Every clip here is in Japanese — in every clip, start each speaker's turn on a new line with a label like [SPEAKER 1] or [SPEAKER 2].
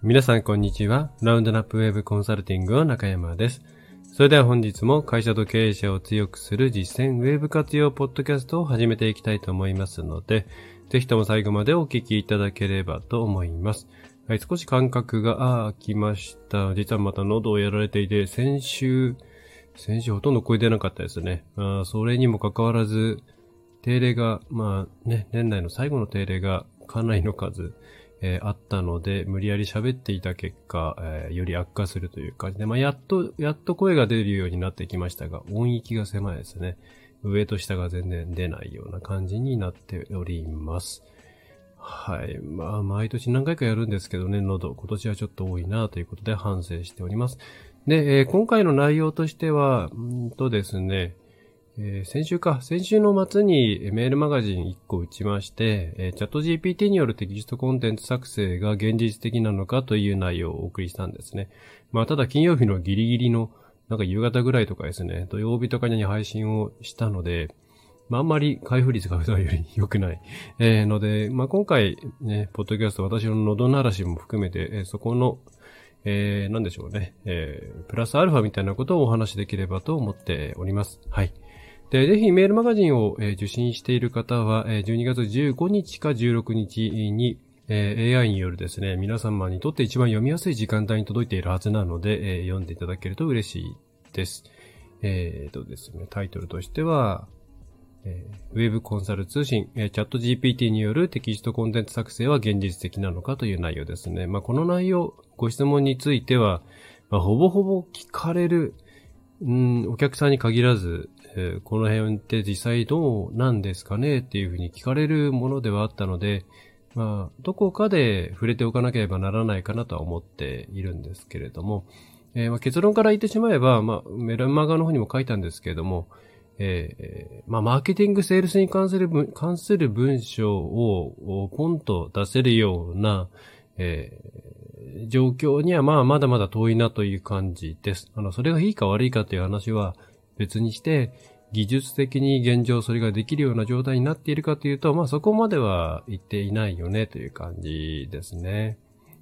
[SPEAKER 1] 皆さんこんにちは。ラウンドナップウェブコンサルティングの中山です。それでは本日も会社と経営者を強くする実践ウェブ活用ポッドキャストを始めていきたいと思いますので、ぜひとも最後までお聞きいただければと思います。はい、少し間隔が空きました。実はまた喉をやられていて、先週ほとんど声出なかったですね。それにもかかわらず、定例が、年内の最後の定例がかなりの数、あったので、無理やり喋っていた結果、より悪化するという感じで、やっと声が出るようになってきましたが、音域が狭いですね。上と下が全然出ないような感じになっております。はい。毎年何回かやるんですけどね、喉。今年はちょっと多いなということで反省しております。で、今回の内容としては、ですね、先週の末にメールマガジン1個打ちまして、チャット GPT によるテキストコンテンツ作成が現実的なのかという内容をお送りしたんですね。ただ金曜日のギリギリの、夕方ぐらいとかですね、土曜日とかに配信をしたので、あんまり開封率が普段より良くない。ので、今回ね、ポッドキャスト私の喉鳴らしも含めて、そこの、なんでしょうね、プラスアルファみたいなことをお話しできればと思っております。はい。で、ぜひメールマガジンを受信している方は、12月15日か16日に、AI によるですね、皆様にとって一番読みやすい時間帯に届いているはずなので、読んでいただけると嬉しいです。ですね、タイトルとしては、ウェブコンサル通信、チャット GPT によるテキストコンテンツ作成は現実的なのかという内容ですね。この内容、ご質問については、ほぼほぼ聞かれる、お客さんに限らず、この辺って実際どうなんですかねっていうふうに聞かれるものではあったので、どこかで触れておかなければならないかなとは思っているんですけれども、結論から言ってしまえば、メルマガの方にも書いたんですけれども、マーケティングセールスに関する文章をポンと出せるような、状況にはまだまだ遠いなという感じです。それがいいか悪いかという話は別にして、技術的に現状それができるような状態になっているかというと、そこまでは言っていないよねという感じですね。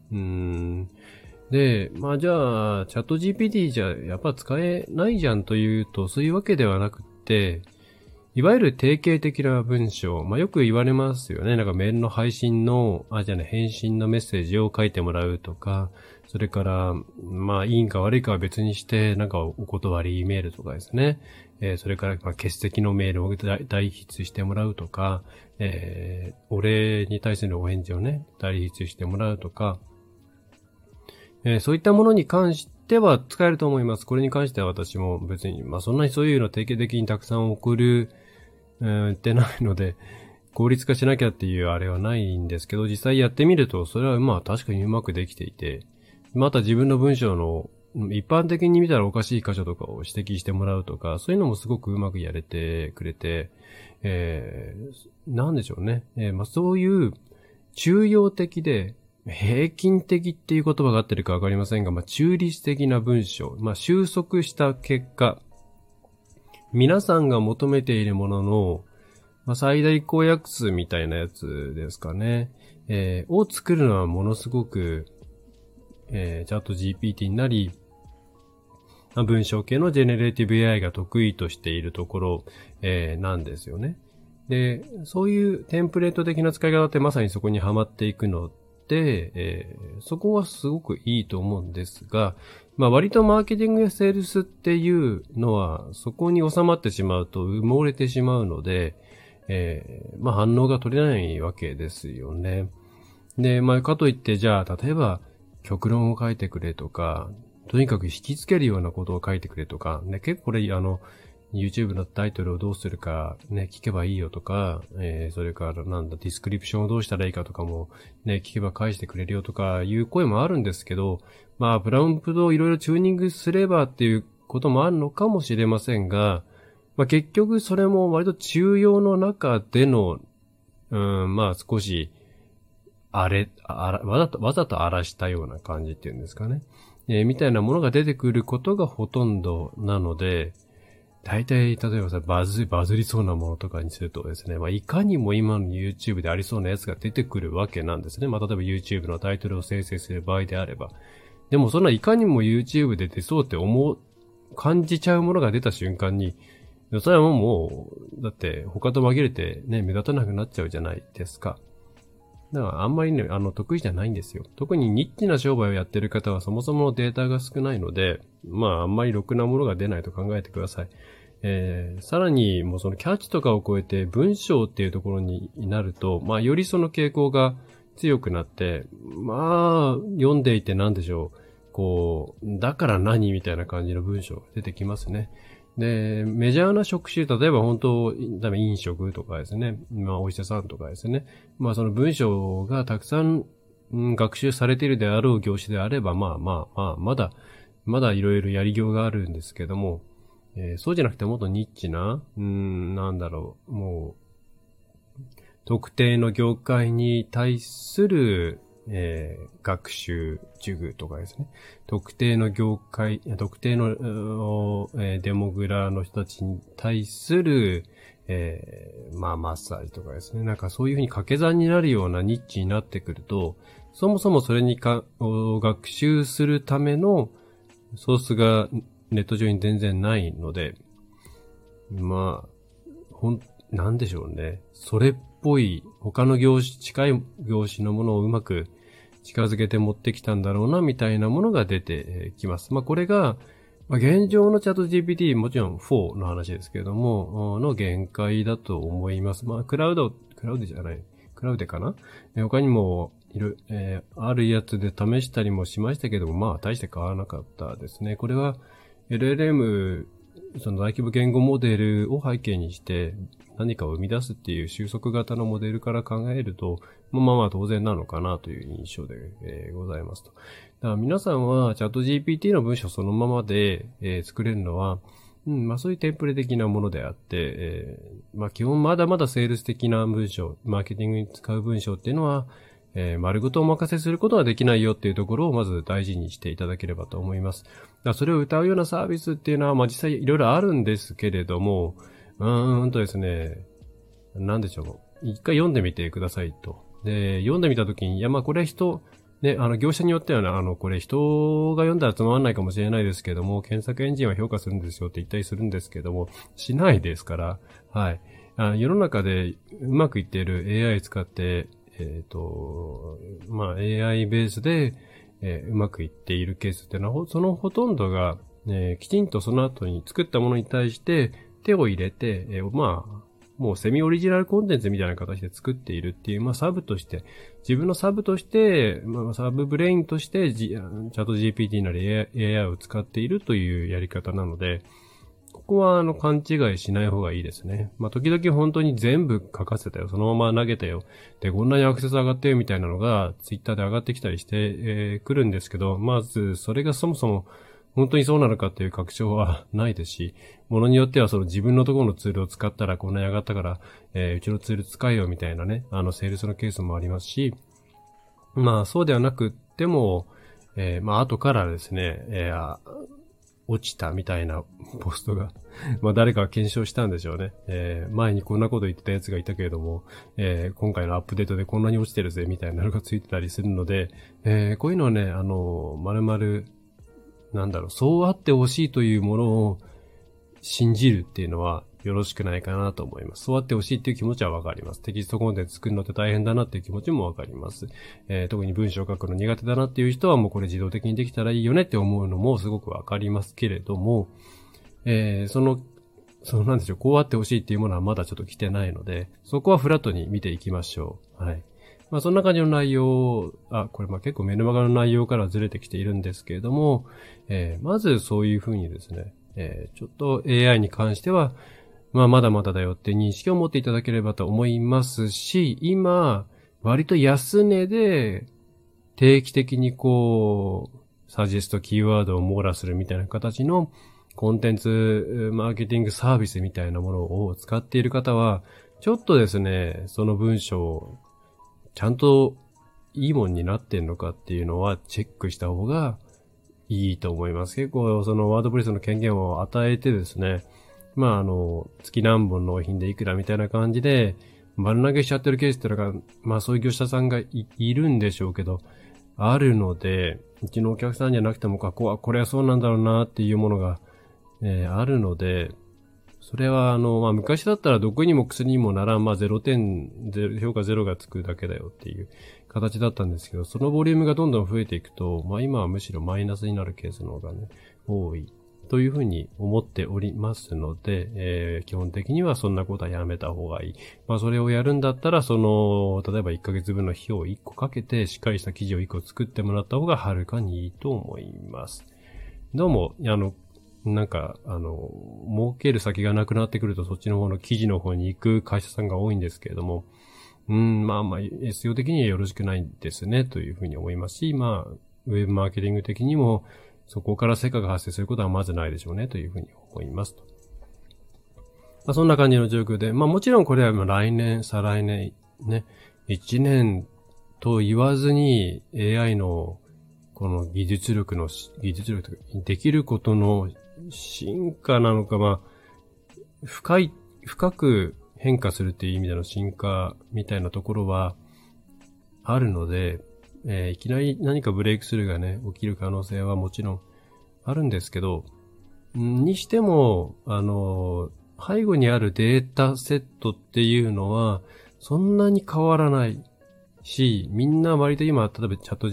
[SPEAKER 1] で、じゃあ、チャット GPT じゃやっぱ使えないじゃんというと、そういうわけではなくて、いわゆる定型的な文章、よく言われますよね。メールの配信の、返信のメッセージを書いてもらうとか、それから、いいんか悪いかは別にして、お断りメールとかですね。それから、欠席のメールを代筆してもらうとか、お礼に対するお返事をね、代筆してもらうとか、そういったものに関しては使えると思います。これに関しては私も別に、そんなにそういうの定型的にたくさん送る、ってないので、効率化しなきゃっていうあれはないんですけど、実際やってみると、それは確かにうまくできていて、また自分の文章の一般的に見たらおかしい箇所とかを指摘してもらうとか、そういうのもすごくうまくやれてくれて、なんでしょうね。そういう中庸的で、平均的っていう言葉が合ってるかわかりませんが、中立的な文章、収束した結果、皆さんが求めているものの、最大公約数みたいなやつですかね。を作るのはものすごく、チャット GPT になり、文章系のジェネレーティブ AI が得意としているところ、なんですよね。で、そういうテンプレート的な使い方ってまさにそこにはまっていくので、そこはすごくいいと思うんですが、割とマーケティングやセールスっていうのはそこに収まってしまうと埋もれてしまうので、反応が取れないわけですよね。で、かといってじゃあ例えば極論を書いてくれとか、とにかく引きつけるようなことを書いてくれとか、ね、結構これYouTube のタイトルをどうするかね、聞けばいいよとか、それからディスクリプションをどうしたらいいかとかもね、聞けば返してくれるよとかいう声もあるんですけど、プランプトをいろいろチューニングすればっていうこともあるのかもしれませんが、結局それも割と中庸の中での、少し、わざと荒らしたような感じっていうんですかね。みたいなものが出てくることがほとんどなので、 大体、例えばさ、バズりそうなものとかにするとですね、いかにも今の YouTube でありそうなやつが出てくるわけなんですね。例えば YouTube のタイトルを生成する場合であれば。でもそんないかにも YouTube で出そうって感じちゃうものが出た瞬間に、それはもう、だって他と紛れてね、目立たなくなっちゃうじゃないですか。だからあんまりね、得意じゃないんですよ。特にニッチな商売をやってる方はそもそもデータが少ないので、あんまりろくなものが出ないと考えてください。さらに、もうそのキャッチとかを超えて文章っていうところになると、よりその傾向が強くなって、読んでいてなんでしょう。だから何みたいな感じの文章が出てきますね。で、メジャーな職種、例えば本当、多分飲食とかですね。お医者さんとかですね。その文章がたくさん、学習されているであろう業種であれば、まだいろいろやりようがあるんですけども、そうじゃなくてもっとニッチな、もう、特定の業界に対する、学習授業とかですね。特定の業界、特定の、デモグラの人たちに対する、マッサージとかですね。なんかそういうふうに掛け算になるようなニッチになってくると、そもそもそれに学習するためのソースがネット上に全然ないので、なんでしょうね。それっぽい、他の近い業種のものをうまく近づけて持ってきたんだろうな、みたいなものが出てきます。これが、現状のチャット GPT、もちろん4の話ですけれども、の限界だと思います。クラウデかな？他にも、あるやつで試したりもしましたけども、大して変わらなかったですね。これは、LLM、その大規模言語モデルを背景にして何かを生み出すっていう収束型のモデルから考えると、当然なのかなという印象で、ございますと。だから皆さんはチャット GPT の文章そのままで、作れるのは、そういうテンプレ的なものであって、基本まだまだセールス的な文章、マーケティングに使う文章っていうのは、丸ごとお任せすることはできないよっていうところをまず大事にしていただければと思います。それを歌うようなサービスっていうのは、実際いろいろあるんですけれども、ですね、なんでしょう。一回読んでみてくださいと。で、読んでみたときに、これ業者によってはこれ人が読んだらつまらないかもしれないですけども、検索エンジンは評価するんですよって言ったりするんですけども、しないですから、はい。世の中でうまくいっている AI 使って、AI ベースで、うまくいっているケースっていうのは、そのほとんどが、きちんとその後に作ったものに対して手を入れて、もうセミオリジナルコンテンツみたいな形で作っているっていう、サブとして、自分のサブとして、サブブレインとして、チャット GPT なり AI を使っているというやり方なので、ここは勘違いしない方がいいですね。時々本当に全部書かせたよ。そのまま投げたよ。で、こんなにアクセス上がってよみたいなのがツイッターで上がってきたりしてくるんですけど、まずそれがそもそも本当にそうなのかっていう確証はないですし、ものによってはその自分のところのツールを使ったらこんなに上がったから、うちのツール使えよみたいなね、セールスのケースもありますし、そうではなくっても、後からですね、落ちたみたいなポストが誰かが検証したんでしょうね。前にこんなこと言ってたやつがいたけれども、今回のアップデートでこんなに落ちてるぜみたいなのがついてたりするので、こういうのはね、そうあってほしいというものを信じるっていうのはよろしくないかなと思います。そうあってほしいっていう気持ちはわかります。テキストコンテンツ作るのって大変だなっていう気持ちもわかります。特に文章を書くの苦手だなっていう人はもうこれ自動的にできたらいいよねって思うのもすごくわかりますけれども、なんでしょう、こうあってほしいっていうものはまだちょっと来てないので、そこはフラットに見ていきましょう。はい。そんな感じの内容、これ結構メルマガの内容からずれてきているんですけれども、まずそういうふうにですね、ちょっと AI に関しては、まだまだだよって認識を持っていただければと思いますし、今、割と安値で定期的にサジェストキーワードを網羅するみたいな形のコンテンツマーケティングサービスみたいなものを使っている方は、ちょっとですね、その文章、ちゃんといいもんになってんのかっていうのはチェックした方がいいと思います。結構そのワードプレスの権限を与えてですね、 月何本納品でいくらみたいな感じで、丸投げしちゃってるケースってのが、そういう業者さんがいるんでしょうけど、あるので、うちのお客さんじゃなくても、これはそうなんだろうなっていうものが、あるので、それは昔だったら毒にも薬にもならん、0点、評価0がつくだけだよっていう形だったんですけど、そのボリュームがどんどん増えていくと、今はむしろマイナスになるケースの方がね、多い。というふうに思っておりますので、基本的にはそんなことはやめた方がいい。それをやるんだったら、例えば1ヶ月分の費用を1個かけて、しっかりした記事を1個作ってもらった方がはるかにいいと思います。どうも、儲ける先がなくなってくると、そっちの方の記事の方に行く会社さんが多いんですけれども、SEO 的にはよろしくないですね、というふうに思いますし、ウェブマーケティング的にも、そこから成果が発生することはまずないでしょうね、というふうに思いますと。そんな感じの状況で、もちろんこれは来年、再来年、ね、1年と言わずに AI のこの技術力とか、できることの進化なのか、深く変化するっていう意味での進化みたいなところはあるので、いきなり何かブレイクスルーがね、起きる可能性はもちろんあるんですけど、にしても、背後にあるデータセットっていうのは、そんなに変わらないし、みんな割と今、例えばチャット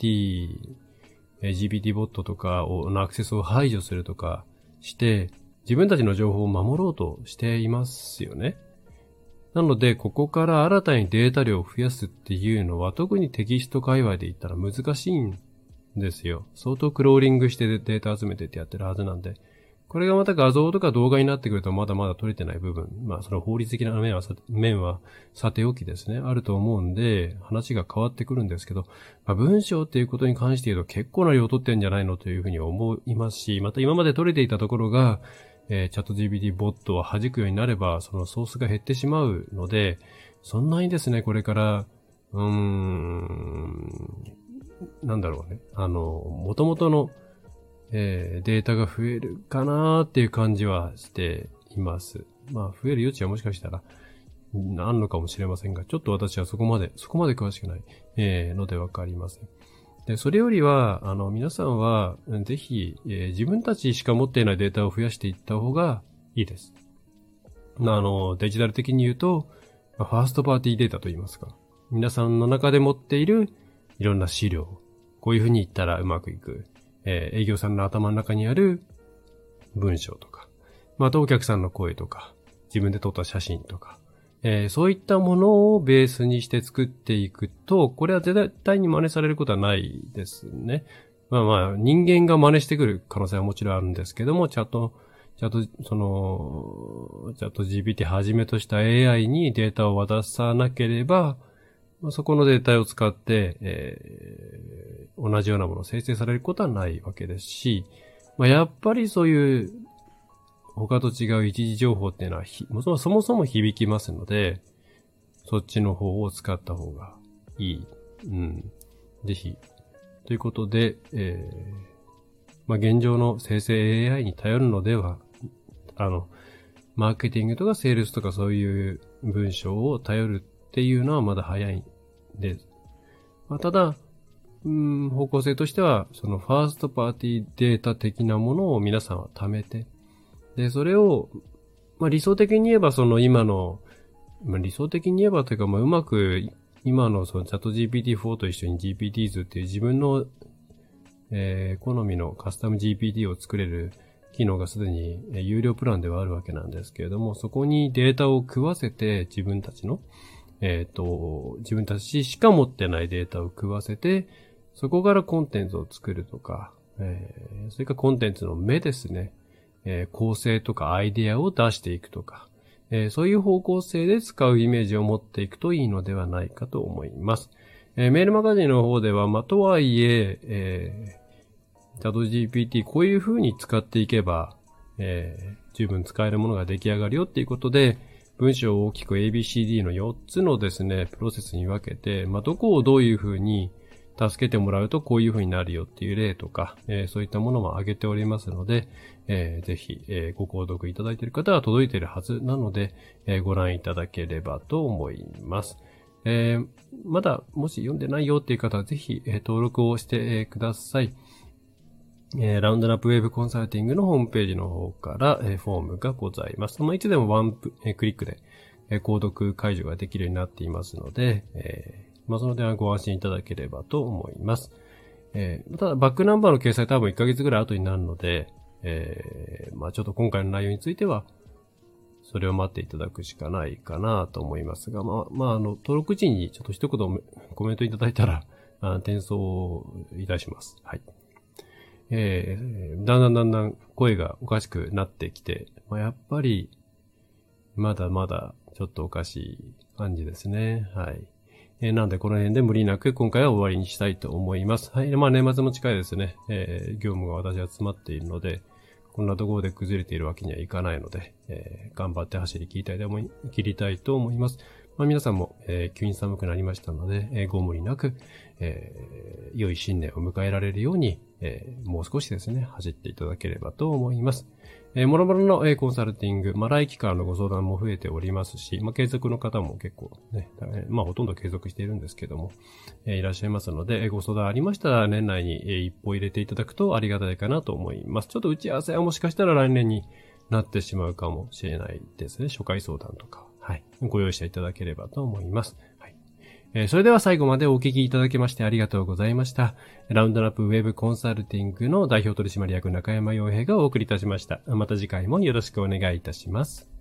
[SPEAKER 1] GPT ボットとかのアクセスを排除するとかして、自分たちの情報を守ろうとしていますよね。なので、ここから新たにデータ量を増やすっていうのは、特にテキスト界隈で言ったら難しいんですよ。相当クローリングしてデータ集めてってやってるはずなんで。これがまた画像とか動画になってくるとまだまだ取れてない部分。その法律的な面はさておきですね。あると思うんで、話が変わってくるんですけど、文章っていうことに関して言うと結構な量取ってんじゃないのというふうに思いますし、また今まで取れていたところが、チャット GPT ボットを弾くようになれば、そのソースが減ってしまうので、そんなにですね、これから、元々の、データが増えるかなーっていう感じはしています。増える余地はもしかしたら、あんのかもしれませんが、ちょっと私はそこまで詳しくない、のでわかりません。で、それよりは、皆さんは、ぜひ、自分たちしか持っていないデータを増やしていった方がいいです。デジタル的に言うと、ファーストパーティーデータと言いますか。皆さんの中で持っているいろんな資料。こういうふうに言ったらうまくいく。営業さんの頭の中にある文章とか。またお客さんの声とか。自分で撮った写真とか。そういったものをベースにして作っていくと、これは絶対に真似されることはないですね。人間が真似してくる可能性はもちろんあるんですけども、チャット GPT はじめとした AI にデータを渡さなければ、そこのデータを使って、同じようなものを生成されることはないわけですし、やっぱりそういう他と違う一時情報っていうのはそもそも響きますので、そっちの方を使った方がいい。ぜひ。ということで、現状の生成 AI に頼るのでは、マーケティングとかセールスとかそういう文章を頼るっていうのはまだ早いんです。ただ、方向性としては、そのファーストパーティーデータ的なものを皆さんは貯めて、で、それを、理想的に言えば理想的に言えばというか、うまく、今のそのチャット GPT-4 と一緒に GPTs っていう自分の、好みのカスタム GPT を作れる機能がすでに有料プランではあるわけなんですけれども、そこにデータを食わせて自分たちしか持ってないデータを食わせて、そこからコンテンツを作るとか、それからコンテンツの目ですね。構成とかアイデアを出していくとか、そういう方向性で使うイメージを持っていくといいのではないかと思います。メールマガジンの方では、とはいえ、チャット GPT こういう風に使っていけば、十分使えるものが出来上がるよっていうことで、文章を大きく ABCD の4つのですね、プロセスに分けて、どこをどういう風に助けてもらうとこういう風になるよっていう例とか、そういったものも挙げておりますので、ぜひ、ご購読いただいている方は届いているはずなので、ご覧いただければと思います。まだもし読んでないよっていう方はぜひ、登録をして、ください。ラウンドナップウェブコンサルティングのホームページの方から、フォームがございます。いつでもワンクリックで、購読解除ができるようになっていますので、その点はご安心いただければと思います。ただ、バックナンバーの掲載多分1ヶ月ぐらい後になるので、ちょっと今回の内容については、それを待っていただくしかないかなと思いますが、登録時にちょっと一言コメントいただいたら、転送いたします。はい。だんだん声がおかしくなってきて、やっぱり、まだまだちょっとおかしい感じですね。はい。なのでこの辺で無理なく今回は終わりにしたいと思います。はい。年末も近いですね。業務が私は詰まっているので、こんなところで崩れているわけにはいかないので、頑張って走り切りたいと思います。皆さんも、急に寒くなりましたので、ご無理なく、良い新年を迎えられるように、もう少しですね、走っていただければと思います。もろもろの、コンサルティング、来期からのご相談も増えておりますし、継続の方も結構ね、ほとんど継続しているんですけども、いらっしゃいますので、ご相談ありましたら年内に、一歩入れていただくとありがたいかなと思います。ちょっと打ち合わせはもしかしたら来年になってしまうかもしれないですね。初回相談とか。はい。ご用意していただければと思います。はい。それでは最後までお聞きいただきましてありがとうございました。ラウンドナップウェブコンサルティングの代表取締役中山洋平がお送りいたしました。また次回もよろしくお願いいたします。